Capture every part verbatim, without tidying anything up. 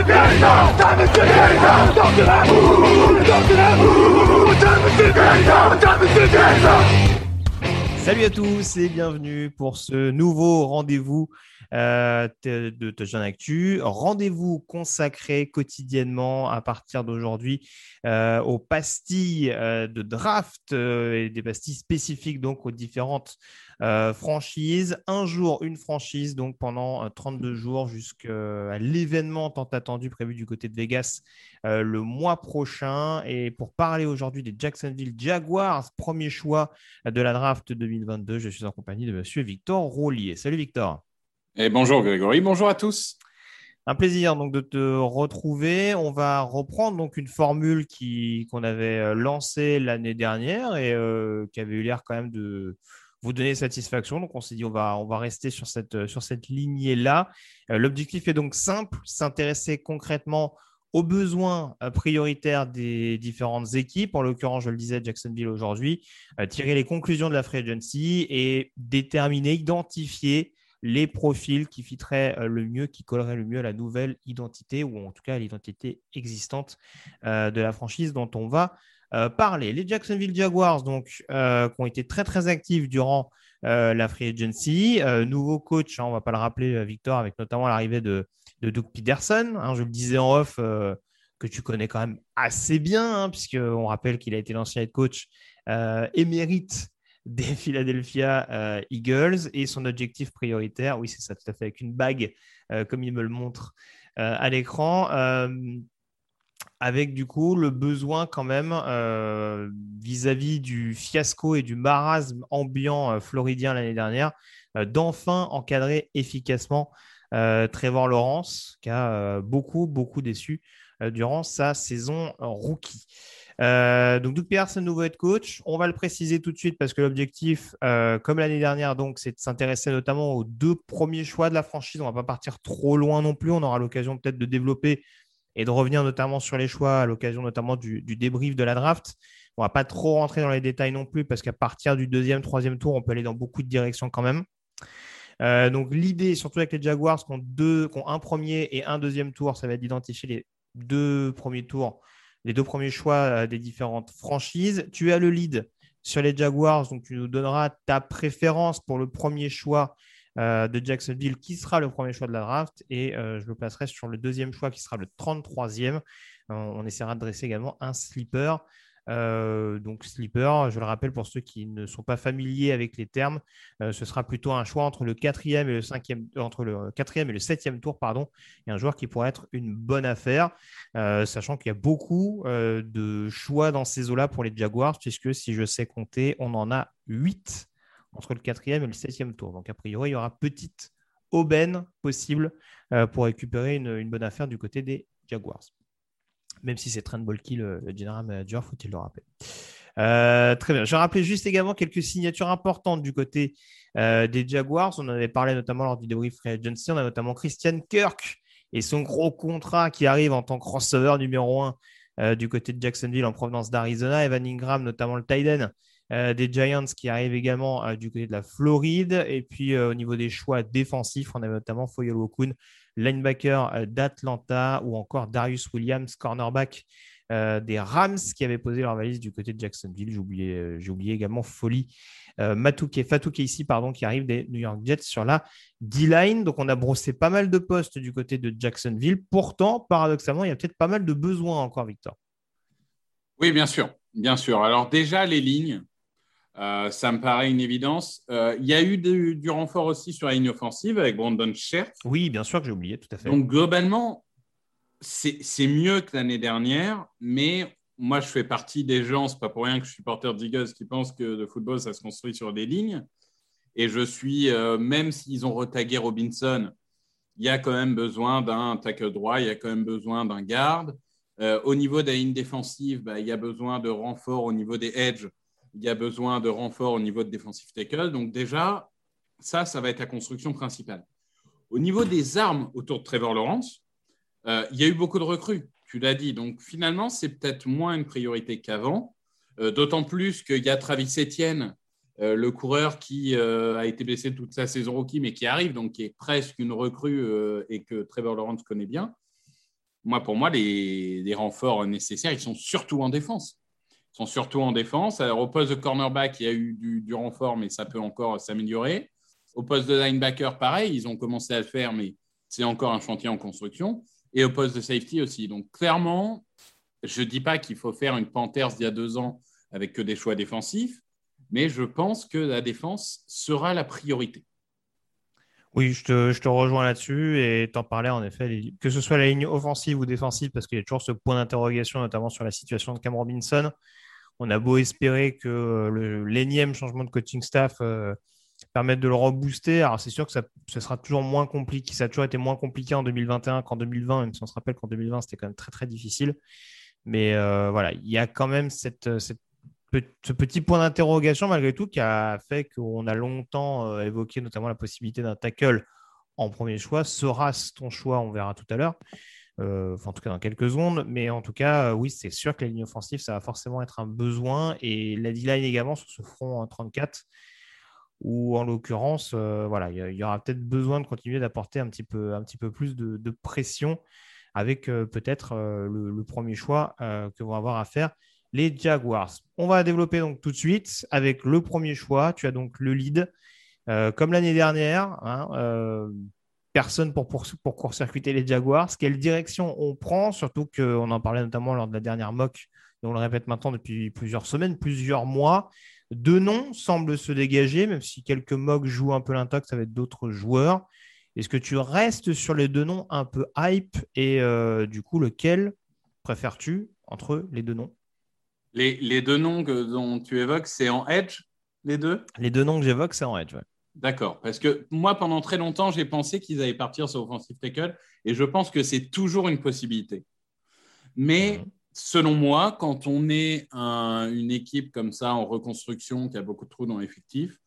Salut à tous et bienvenue pour ce nouveau rendez-vous euh, de Touchdown Actu. Rendez-vous consacré quotidiennement à partir d'aujourd'hui euh, aux pastilles euh, de draft euh, et des pastilles spécifiques donc aux différentes euh, franchises. Un jour, une franchise donc pendant euh, trente-deux jours jusqu'à l'événement tant attendu prévu du côté de Vegas euh, le mois prochain. Et pour parler aujourd'hui des Jacksonville Jaguars, premier choix de la draft deux mille vingt-deux, je suis en compagnie de monsieur Victor Roulier. Salut Victor. Et bonjour Grégory, bonjour à tous. Un plaisir donc de te retrouver. On va reprendre donc une formule qui, qu'on avait lancée l'année dernière et euh, qui avait eu l'air quand même de vous donner satisfaction. Donc on s'est dit on va, on va rester sur cette, sur cette lignée-là. Euh, l'objectif est donc simple, s'intéresser concrètement aux besoins prioritaires des différentes équipes. En l'occurrence, je le disais, Jacksonville aujourd'hui, euh, tirer les conclusions de la free agency et déterminer, identifier les profils qui fitteraient le mieux, qui colleraient le mieux à la nouvelle identité ou en tout cas à l'identité existante euh, de la franchise dont on va euh, parler. Les Jacksonville Jaguars, donc, euh, qui ont été très très actifs durant euh, la free agency. Euh, nouveau coach, hein, on ne va pas le rappeler, Victor, avec notamment l'arrivée de, de Doug Peterson. Hein, je le disais en off, euh, que tu connais quand même assez bien, hein, puisqu'on rappelle qu'il a été l'ancien head coach euh, émérite des Philadelphia euh, Eagles et son objectif prioritaire, oui c'est ça tout à fait, avec une bague euh, comme il me le montre euh, à l'écran, euh, avec du coup le besoin quand même euh, vis-à-vis du fiasco et du marasme ambiant euh, floridien l'année dernière, euh, d'enfin encadrer efficacement euh, Trevor Lawrence qui a euh, beaucoup beaucoup déçu euh, durant sa saison rookie. Euh, donc, Doug Peterson, nouveau head coach. On va le préciser tout de suite parce que l'objectif, euh, comme l'année dernière, donc, c'est de s'intéresser notamment aux deux premiers choix de la franchise. On ne va pas partir trop loin non plus. On aura l'occasion peut-être de développer et de revenir notamment sur les choix à l'occasion notamment du, du débrief de la draft. On ne va pas trop rentrer dans les détails non plus parce qu'à partir du deuxième, troisième tour, on peut aller dans beaucoup de directions quand même. Euh, donc, l'idée, surtout avec les Jaguars qui ont, deux, qui ont un premier et un deuxième tour, ça va être d'identifier les deux premiers tours, les deux premiers choix des différentes franchises. Tu as le lead sur les Jaguars, donc tu nous donneras ta préférence pour le premier choix euh, de Jacksonville, qui sera le premier choix de la draft, et euh, je le placerai sur le deuxième choix, qui sera le trente-troisième. Euh, on essaiera de dresser également un sleeper. Euh, donc sleeper, je le rappelle pour ceux qui ne sont pas familiers avec les termes, euh, ce sera plutôt un choix entre le quatrième et le cinquième, entre le quatrième et le septième tour, pardon, et un joueur qui pourrait être une bonne affaire, euh, sachant qu'il y a beaucoup euh, de choix dans ces eaux-là pour les Jaguars, puisque si je sais compter, on en a huit entre le quatrième et le septième tour. Donc a priori, il y aura petite aubaine possible euh, pour récupérer une, une bonne affaire du côté des Jaguars. Même si c'est Trent Baalke, le, le general manager, faut-il le rappeler. Euh, très bien. Je rappelais juste également quelques signatures importantes du côté euh, des Jaguars. On en avait parlé notamment lors du débrief Free Agency. On a notamment Christian Kirk et son gros contrat qui arrive en tant que crossover numéro un euh, du côté de Jacksonville en provenance d'Arizona. Evan Ingram, notamment le tight end euh, des Giants qui arrive également euh, du côté de la Floride. Et puis euh, au niveau des choix défensifs, on a notamment Foyol Okun, linebacker d'Atlanta, ou encore Darius Williams, cornerback euh, des Rams, qui avait posé leur valise du côté de Jacksonville. J'ai oublié, euh, j'ai oublié également Foley, euh, Matouke, Fatou Casey, pardon, qui arrive des New York Jets sur la D-line. Donc, on a brossé pas mal de postes du côté de Jacksonville. Pourtant, paradoxalement, il y a peut-être pas mal de besoins encore, Victor. Oui, bien sûr. Bien sûr. Alors déjà, les lignes, euh, ça me paraît une évidence. Euh, il y a eu de, du renfort aussi sur la ligne offensive avec Brandon Scherf. Oui, bien sûr que j'ai oublié, tout à fait. Donc, globalement, c'est, c'est mieux que l'année dernière, mais moi, je fais partie des gens, c'est pas pour rien que je suis supporter d'Eagles, qui pensent que le football, ça se construit sur des lignes. Et je suis, euh, même s'ils ont retagué Robinson, il y a quand même besoin d'un tackle droit, il y a quand même besoin d'un garde. Euh, au niveau de la ligne défensive, bah, il y a besoin de renfort au niveau des edges, il y a besoin de renfort au niveau de defensive tackle. Donc déjà, ça, ça va être la construction principale. Au niveau des armes autour de Trevor Lawrence, euh, il y a eu beaucoup de recrues, tu l'as dit. Donc finalement, c'est peut-être moins une priorité qu'avant, euh, d'autant plus qu'il y a Travis Etienne, euh, le coureur qui euh, a été blessé toute sa saison rookie, mais qui arrive, donc qui est presque une recrue euh, et que Trevor Lawrence connaît bien. moi, pour moi, les, les renforts nécessaires, ils sont surtout en défense. Ils sont surtout en défense. Alors, au poste de cornerback, il y a eu du, du renfort, mais ça peut encore s'améliorer. Au poste de linebacker, pareil, ils ont commencé à le faire, mais c'est encore un chantier en construction. Et au poste de safety aussi. Donc, clairement, je ne dis pas qu'il faut faire une Panthers d'il y a deux ans avec que des choix défensifs, mais je pense que la défense sera la priorité. Oui, je te, je te rejoins là-dessus et t'en parlais en effet, les- que ce soit la ligne offensive ou défensive, parce qu'il y a toujours ce point d'interrogation, notamment sur la situation de Cam Robinson. On a beau espérer que euh, le, l'énième changement de coaching staff euh, permette de le rebooster. Alors, c'est sûr que ça, ce sera toujours moins compliqué. Ça a toujours été moins compliqué en deux mille vingt et un qu'en deux mille vingt, même si on se rappelle qu'en deux mille vingt, c'était quand même très, très difficile. Mais euh, voilà, il y a quand même cette, cette ce petit point d'interrogation malgré tout qui a fait qu'on a longtemps euh, évoqué notamment la possibilité d'un tackle en premier choix. Sera-ce ton choix? On verra tout à l'heure. Euh, enfin, en tout cas dans quelques secondes. Mais en tout cas, euh, oui, c'est sûr que la ligne offensive, ça va forcément être un besoin. Et la D-line également sur ce front trente-quatre, où en l'occurrence, euh, voilà, il y, y, aura peut-être besoin de continuer d'apporter un petit peu, un petit peu plus de, de pression avec euh, peut-être euh, le, le, premier choix euh, que vont avoir à faire les Jaguars. On va développer donc tout de suite avec le premier choix. Tu as donc le lead. Euh, comme l'année dernière, hein, euh, personne pour, pour, pour court-circuiter les Jaguars. Quelle direction on prend? Surtout qu'on en parlait notamment lors de la dernière mock, et on le répète maintenant depuis plusieurs semaines, plusieurs mois. Deux noms semblent se dégager, même si quelques mocks jouent un peu l'intox avec d'autres joueurs. Est-ce que tu restes sur les deux noms un peu hype et euh, du coup, lequel préfères-tu entre les deux noms? Les, les deux noms que, dont tu évoques, c'est en edge, les deux? Les deux noms que j'évoque, c'est en edge. Ouais. D'accord. Parce que moi, pendant très longtemps, j'ai pensé qu'ils allaient partir sur offensive tackle et je pense que c'est toujours une possibilité. Mais Mmh. selon moi, quand on est un, une équipe comme ça en reconstruction qui a beaucoup de trous dans l'effectif,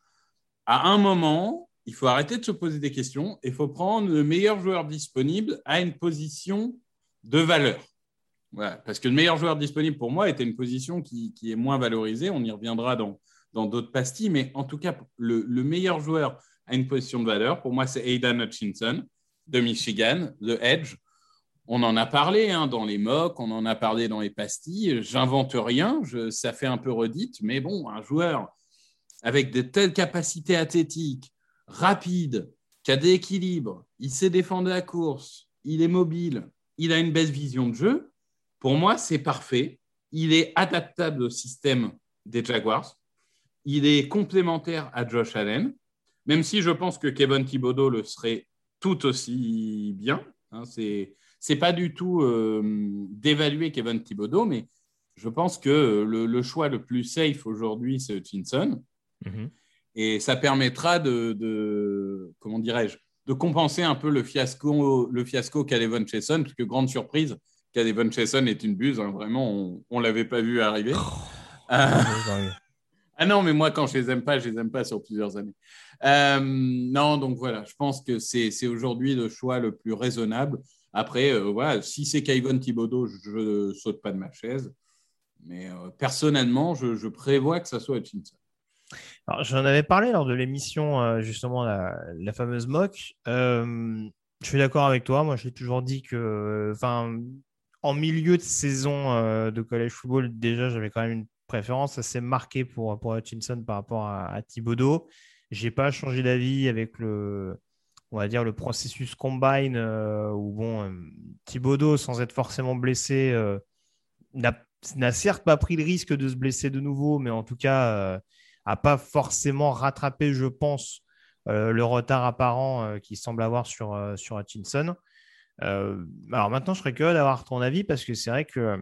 à un moment, il faut arrêter de se poser des questions et il faut prendre le meilleur joueur disponible à une position de valeur. Voilà. Parce que le meilleur joueur disponible pour moi était une position qui, qui est moins valorisée. On y reviendra dans, dans d'autres pastilles. Mais en tout cas, le, le meilleur joueur à une position de valeur, pour moi, c'est Aidan Hutchinson de Michigan, le Edge. On en a parlé hein, dans les mocks, on en a parlé dans les pastilles. J'invente rien, je, ça fait un peu redite. Mais bon, un joueur avec de telles capacités athlétiques, rapide, qui a des équilibres, il sait défendre la course, il est mobile, il a une belle vision de jeu. Pour moi, c'est parfait. Il est adaptable au système des Jaguars. Il est complémentaire à Josh Allen, même si je pense que Kevin Thibodeau le serait tout aussi bien. Hein, c'est c'est pas du tout euh, d'évaluer Kevin Thibodeau, mais je pense que le, le choix le plus safe aujourd'hui, c'est Hutchinson. Mmh. Et ça permettra de, de comment dirais-je, de compenser un peu le fiasco, le fiasco qu'a Devon Chason, parce que grande surprise, qu'Adevon Chason est une buse, hein, vraiment, on ne l'avait pas vu arriver. Oh, euh... Ah non, mais moi, quand je les aime pas, je les aime pas sur plusieurs années. Euh, non, donc voilà, je pense que c'est, c'est aujourd'hui le choix le plus raisonnable. Après, euh, voilà, si c'est Kayvon Thibodeau, je ne saute pas de ma chaise. Mais euh, personnellement, je, je prévois que ça soit Hutchinson. Alors, j'en avais parlé lors de l'émission, euh, justement, la, la fameuse mock. Euh, je suis d'accord avec toi. Moi, j'ai toujours dit que, enfin, en milieu de saison euh, de college football, déjà, j'avais quand même une préférence assez marquée pour, pour Hutchinson par rapport à, à Thibodeau. Je n'ai pas changé d'avis avec le, on va dire, le processus combine euh, où, bon, euh, Thibodeau, sans être forcément blessé, euh, n'a, n'a certes pas pris le risque de se blesser de nouveau, mais en tout cas, euh, n'a pas forcément rattrapé, je pense, euh, le retard apparent euh, qu'il semble avoir sur, euh, sur Hutchinson. Euh, alors maintenant, je serais curieux d'avoir ton avis parce que c'est vrai que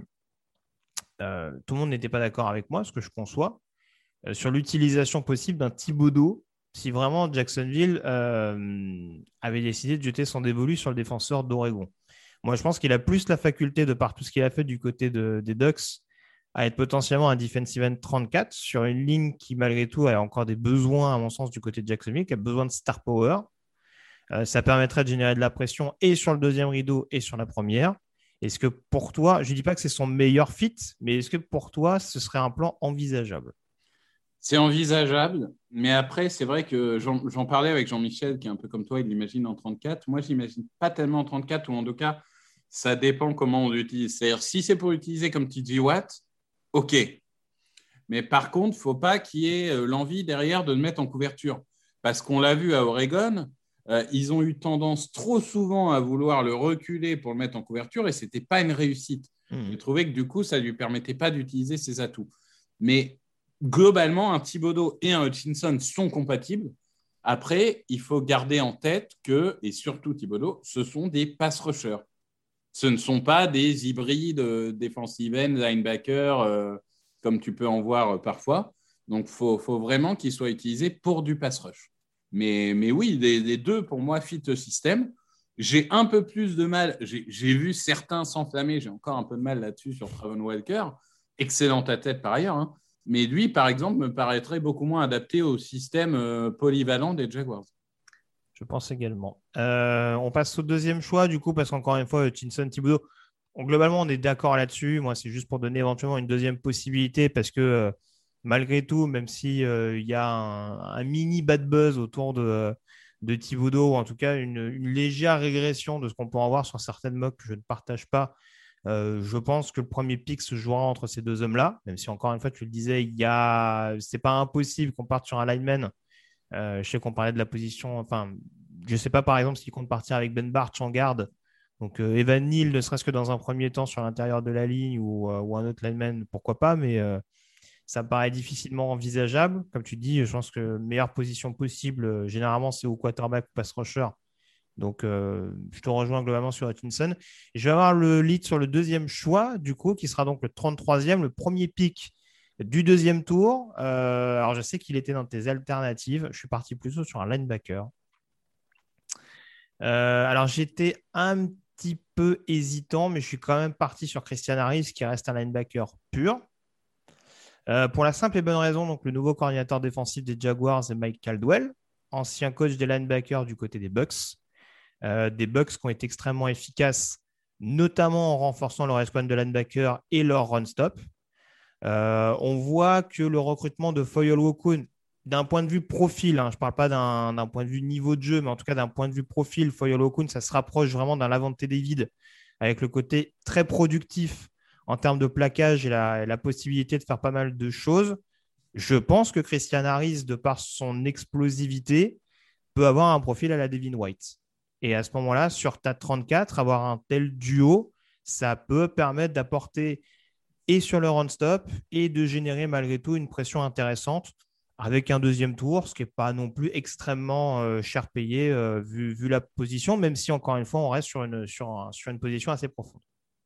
euh, tout le monde n'était pas d'accord avec moi, ce que je conçois, euh, sur l'utilisation possible d'un Thibodeau si vraiment Jacksonville euh, avait décidé de jeter son dévolu sur le défenseur d'Oregon. Moi, je pense qu'il a plus la faculté, de par tout ce qu'il a fait du côté de, des Ducks, à être potentiellement un defensive end trente-quatre sur une ligne qui, malgré tout, a encore des besoins, à mon sens, du côté de Jacksonville, qui a besoin de star power. Euh, ça permettrait de générer de la pression et sur le deuxième rideau et sur la première. Est-ce que pour toi, je ne dis pas que c'est son meilleur fit, mais est-ce que pour toi, ce serait un plan envisageable? C'est envisageable, mais après, c'est vrai que j'en, j'en parlais avec Jean-Michel, qui est un peu comme toi, il l'imagine en trente-quatre. Moi, je l'imagine pas tellement en trente-quatre, ou en tout cas, ça dépend comment on l'utilise. C'est-à-dire, si c'est pour utiliser comme T J Watt, OK. Mais par contre, il ne faut pas qu'il y ait l'envie derrière de le mettre en couverture. Parce qu'on l'a vu à Oregon, euh, ils ont eu tendance trop souvent à vouloir le reculer pour le mettre en couverture et ce n'était pas une réussite. Mmh. J'ai trouvé que du coup, ça ne lui permettait pas d'utiliser ses atouts. Mais globalement, un Thibodeau et un Hutchinson sont compatibles. Après, il faut garder en tête que, et surtout Thibodeau, ce sont des pass rushers. Ce ne sont pas des hybrides euh, defensive end, linebacker, euh, comme tu peux en voir euh, parfois. Donc, il faut, faut vraiment qu'ils soient utilisés pour du pass rush. Mais, mais oui, les, les deux, pour moi, fit le système. J'ai un peu plus de mal. J'ai, j'ai vu certains s'enflammer. J'ai encore un peu de mal là-dessus sur Travon Walker. Excellente tête par ailleurs. Hein. Mais lui, par exemple, me paraîtrait beaucoup moins adapté au système euh, polyvalent des Jaguars. Je pense également. Euh, on passe au deuxième choix, du coup, parce qu'encore une fois, Hutchinson, Thibodeau, on, globalement, on est d'accord là-dessus. Moi, c'est juste pour donner éventuellement une deuxième possibilité, parce que euh, malgré tout, même s'il euh, y a un, un mini bad buzz autour de, de Thibodeau, ou en tout cas une, une légère régression de ce qu'on peut en voir sur certaines mocks que je ne partage pas, euh, je pense que le premier pick se jouera entre ces deux hommes-là, même si, encore une fois, tu le disais, il y a... c'est pas impossible qu'on parte sur un lineman. Euh, je sais qu'on parlait de la position. Enfin, je ne sais pas, par exemple, s'il compte partir avec Ben Bartch en garde. Donc, euh, Evan Neal, ne serait-ce que dans un premier temps sur l'intérieur de la ligne ou, euh, ou un autre lineman, pourquoi pas. Mais euh, ça me paraît difficilement envisageable. Comme tu dis, je pense que meilleure position possible, euh, généralement, c'est au quarterback ou pass rusher. Donc, euh, je te rejoins globalement sur Hutchinson. Et je vais avoir le lead sur le deuxième choix, du coup, qui sera donc le trente-troisième, le premier pick du deuxième tour. Euh, alors, je sais qu'il était dans tes alternatives. Je suis parti plutôt sur un linebacker. Euh, alors, j'étais un petit peu hésitant, mais je suis quand même parti sur Christian Harris, qui reste un linebacker pur. Euh, pour la simple et bonne raison, donc le nouveau coordinateur défensif des Jaguars est Mike Caldwell, ancien coach des linebackers du côté des Bucks. Euh, des Bucks qui ont été extrêmement efficaces, notamment en renforçant leur escouade de linebacker et leur run-stop. Euh, on voit que le recrutement de Foyol Wokun, d'un point de vue profil, hein, je ne parle pas d'un, d'un point de vue niveau de jeu, mais en tout cas d'un point de vue profil, Foyol Wokun, ça se rapproche vraiment d'un Lavonte David, avec le côté très productif en termes de plaquage et la, et la possibilité de faire pas mal de choses. Je pense que Christian Harris, de par son explosivité, peut avoir un profil à la Devin White. Et à ce moment-là, sur T A T trente-quatre, avoir un tel duo, ça peut permettre d'apporter et sur le run-stop et de générer malgré tout une pression intéressante avec un deuxième tour, ce qui n'est pas non plus extrêmement euh, cher payé euh, vu, vu la position, même si encore une fois, on reste sur une, sur un, sur une position assez profonde.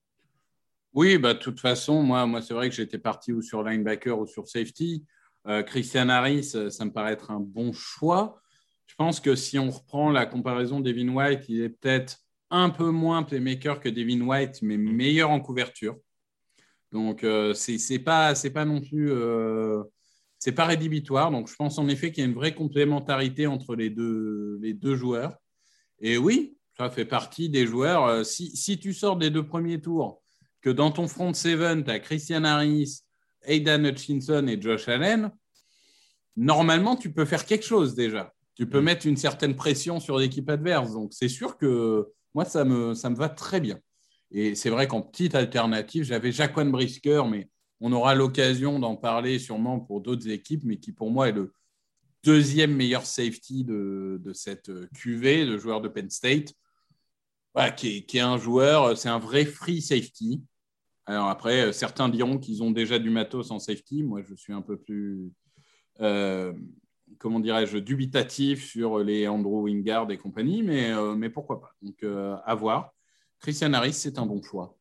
Oui, bah, de toute façon, moi, moi c'est vrai que j'étais parti ou sur linebacker ou sur safety. Euh, Christian Harris, ça me paraît être un bon choix. Je pense que si on reprend la comparaison Devin White, il est peut-être un peu moins playmaker que Devin White, mais meilleur en couverture. Donc, euh, c'est, c'est pas, c'est pas non plus, euh, c'est pas rédhibitoire. Donc, je pense en effet qu'il y a une vraie complémentarité entre les deux, les deux joueurs. Et oui, ça fait partie des joueurs. Euh, si, si tu sors des deux premiers tours, que dans ton front seven, tu as Christian Harris, Aidan Hutchinson et Josh Allen, normalement, tu peux faire quelque chose déjà. Tu peux mmh. mettre une certaine pression sur l'équipe adverse. Donc, c'est sûr que moi, ça me, ça me va très bien. Et c'est vrai qu'en petite alternative, j'avais Jaquan Brisker, mais on aura l'occasion d'en parler sûrement pour d'autres équipes, mais qui pour moi est le deuxième meilleur safety de, de cette Q V, de joueur de Penn State, voilà, qui, est, qui est un joueur, c'est un vrai free safety. Alors après, certains diront qu'ils ont déjà du matos en safety. Moi, je suis un peu plus... Euh, comment dirais-je, dubitatif sur les Andrew Wingard et compagnie, mais, euh, mais pourquoi pas. Donc, euh, à voir. Christian Harris, c'est un bon choix.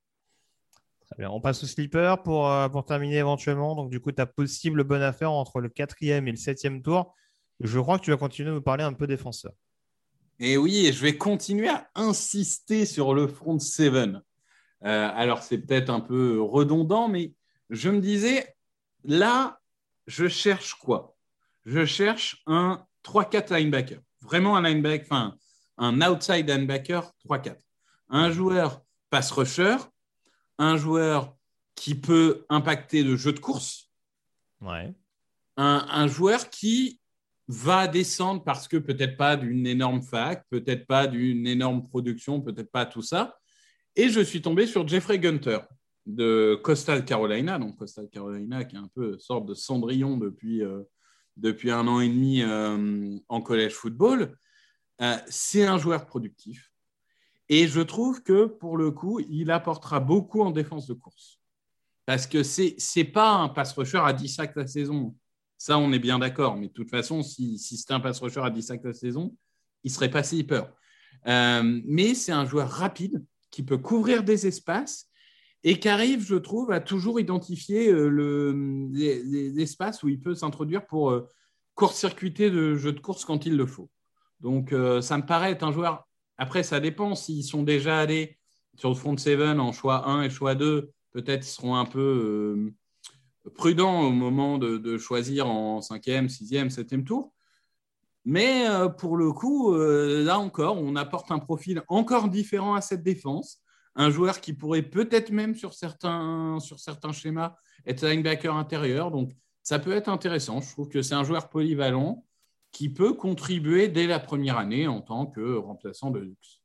Très bien. On passe au sleeper pour, euh, pour terminer éventuellement. Donc, du coup, tu as possible bonne affaire entre le quatrième et le septième tour. Je crois que tu vas continuer à nous parler un peu défenseur. Et oui, et je vais continuer à insister sur le front seven. Euh, alors, c'est peut-être un peu redondant, mais je me disais, là, je cherche quoi? Je cherche un trois quatre linebacker. Vraiment un linebacker, enfin, un outside linebacker trois quatre. Un joueur pass rusher, un joueur qui peut impacter le jeu de course, ouais. un, un joueur qui va descendre parce que peut-être pas d'une énorme fac, peut-être pas d'une énorme production, peut-être pas tout ça, Et je suis tombé sur Jeffrey Gunter de Coastal Carolina. Donc, Coastal Carolina qui est un peu sorte de Cendrillon depuis, euh, depuis un an et demi euh, en college football. Euh, c'est un joueur productif. Et je trouve que, pour le coup, il apportera beaucoup en défense de course. Parce que ce n'est pas un pass rusher à dix sacs la saison. Ça, on est bien d'accord. Mais de toute façon, si, si c'était un pass rusher à dix sacs la saison, il ne serait pas si peur. Euh, mais c'est un joueur rapide qui peut couvrir des espaces et qui arrive, je trouve, à toujours identifier euh, le, les, les espaces où il peut s'introduire pour euh, court-circuiter le jeu de course quand il le faut. Donc, euh, ça me paraît être un joueur... Après, ça dépend. S'ils sont déjà allés sur le front seven en choix un et choix deux, peut-être ils seront un peu euh, prudents au moment de, de choisir en cinquième, sixième, septième tour. Mais euh, pour le coup, euh, là encore, on apporte un profil encore différent à cette défense. Un joueur qui pourrait peut-être même sur certains, sur certains schémas être linebacker intérieur. Donc, ça peut être intéressant. Je trouve que c'est un joueur polyvalent qui peut contribuer dès la première année en tant que remplaçant de luxe.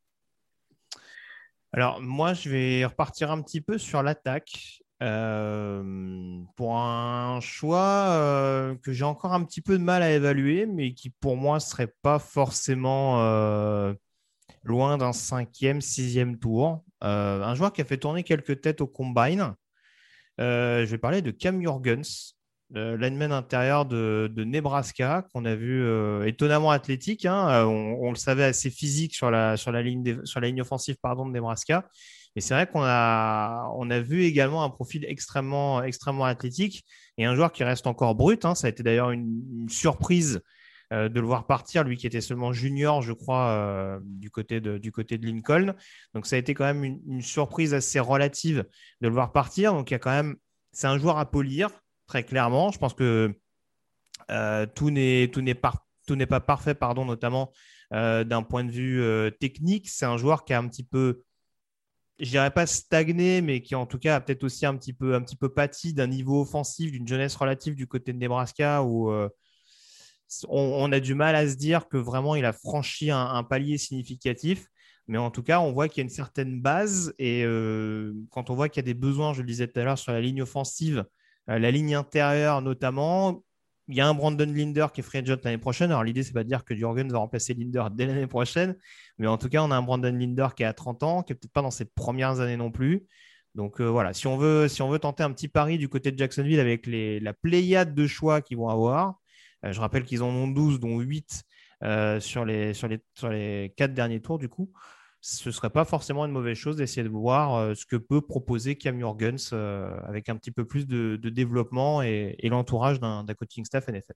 Alors, moi, je vais repartir un petit peu sur l'attaque. Euh, pour un choix euh, que j'ai encore un petit peu de mal à évaluer, mais qui pour moi ne serait pas forcément euh, loin d'un cinquième, sixième tour. Euh, un joueur qui a fait tourner quelques têtes au combine. Euh, je vais parler de Cam Jurgens, le lineman intérieur de, de Nebraska, qu'on a vu euh, étonnamment athlétique. Hein. On, on le savait assez physique sur la, sur la, ligne, des, sur la ligne offensive pardon, de Nebraska. Mais c'est vrai qu'on a, on a vu également un profil extrêmement, extrêmement athlétique et un joueur qui reste encore brut. Hein. Ça a été d'ailleurs une, une surprise euh, de le voir partir, lui qui était seulement junior, je crois, euh, du, côté de, du côté de Lincoln. Donc ça a été quand même une, une surprise assez relative de le voir partir. Donc il y a quand même, c'est un joueur à polir, très clairement. Je pense que euh, tout n'est, tout n'est par, tout n'est pas parfait, pardon, notamment euh, d'un point de vue euh, technique. C'est un joueur qui a un petit peu, je dirais pas stagné, mais qui en tout cas a peut-être aussi un petit peu, un petit peu pâti d'un niveau offensif, d'une jeunesse relative du côté de Nebraska où euh, on, on a du mal à se dire que vraiment il a franchi un, un palier significatif. Mais en tout cas, on voit qu'il y a une certaine base et euh, quand on voit qu'il y a des besoins, je le disais tout à l'heure, sur la ligne offensive, euh, la ligne intérieure notamment, il y a un Brandon Linder qui est free agent l'année prochaine. Alors, l'idée, ce n'est pas de dire que Jurgens va remplacer Linder dès l'année prochaine, mais en tout cas, on a un Brandon Linder qui a trente ans, qui n'est peut-être pas dans ses premières années non plus. Donc, euh, voilà, si on, veut, si on veut tenter un petit pari du côté de Jacksonville avec les, la pléiade de choix qu'ils vont avoir, euh, je rappelle qu'ils en ont douze, dont huit euh, sur, les, sur, les, sur les quatre derniers tours, du coup. Ce ne serait pas forcément une mauvaise chose d'essayer de voir euh, ce que peut proposer Cam Jurgens euh, avec un petit peu plus de, de développement et, et l'entourage d'un, d'un coaching staff N F L.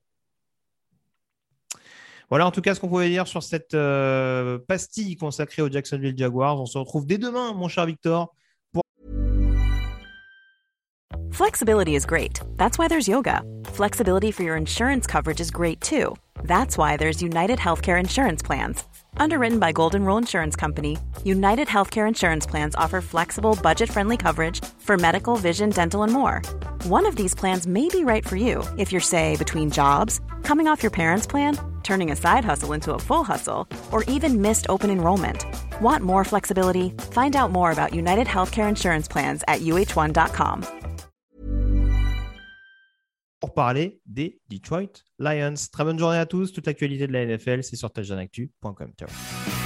Voilà en tout cas ce qu'on pouvait dire sur cette euh, pastille consacrée aux Jacksonville Jaguars. On se retrouve dès demain, mon cher Victor. Pour... Flexibility is great. That's why there's yoga. Flexibility for your insurance coverage is great too. That's why there's United Healthcare Insurance Plans. Underwritten by Golden Rule Insurance Company, United Healthcare Insurance Plans offer flexible, budget-friendly coverage for medical, vision, dental, and more. One of these plans may be right for you if you're, say, between jobs, coming off your parents' plan, turning a side hustle into a full hustle, or even missed open enrollment. Want more flexibility? Find out more about United Healthcare Insurance Plans at U H one dot com. Pour parler des Detroit Lions. Très bonne journée à tous. Toute l'actualité de la N F L, c'est sur touchdown actu point com. Ciao.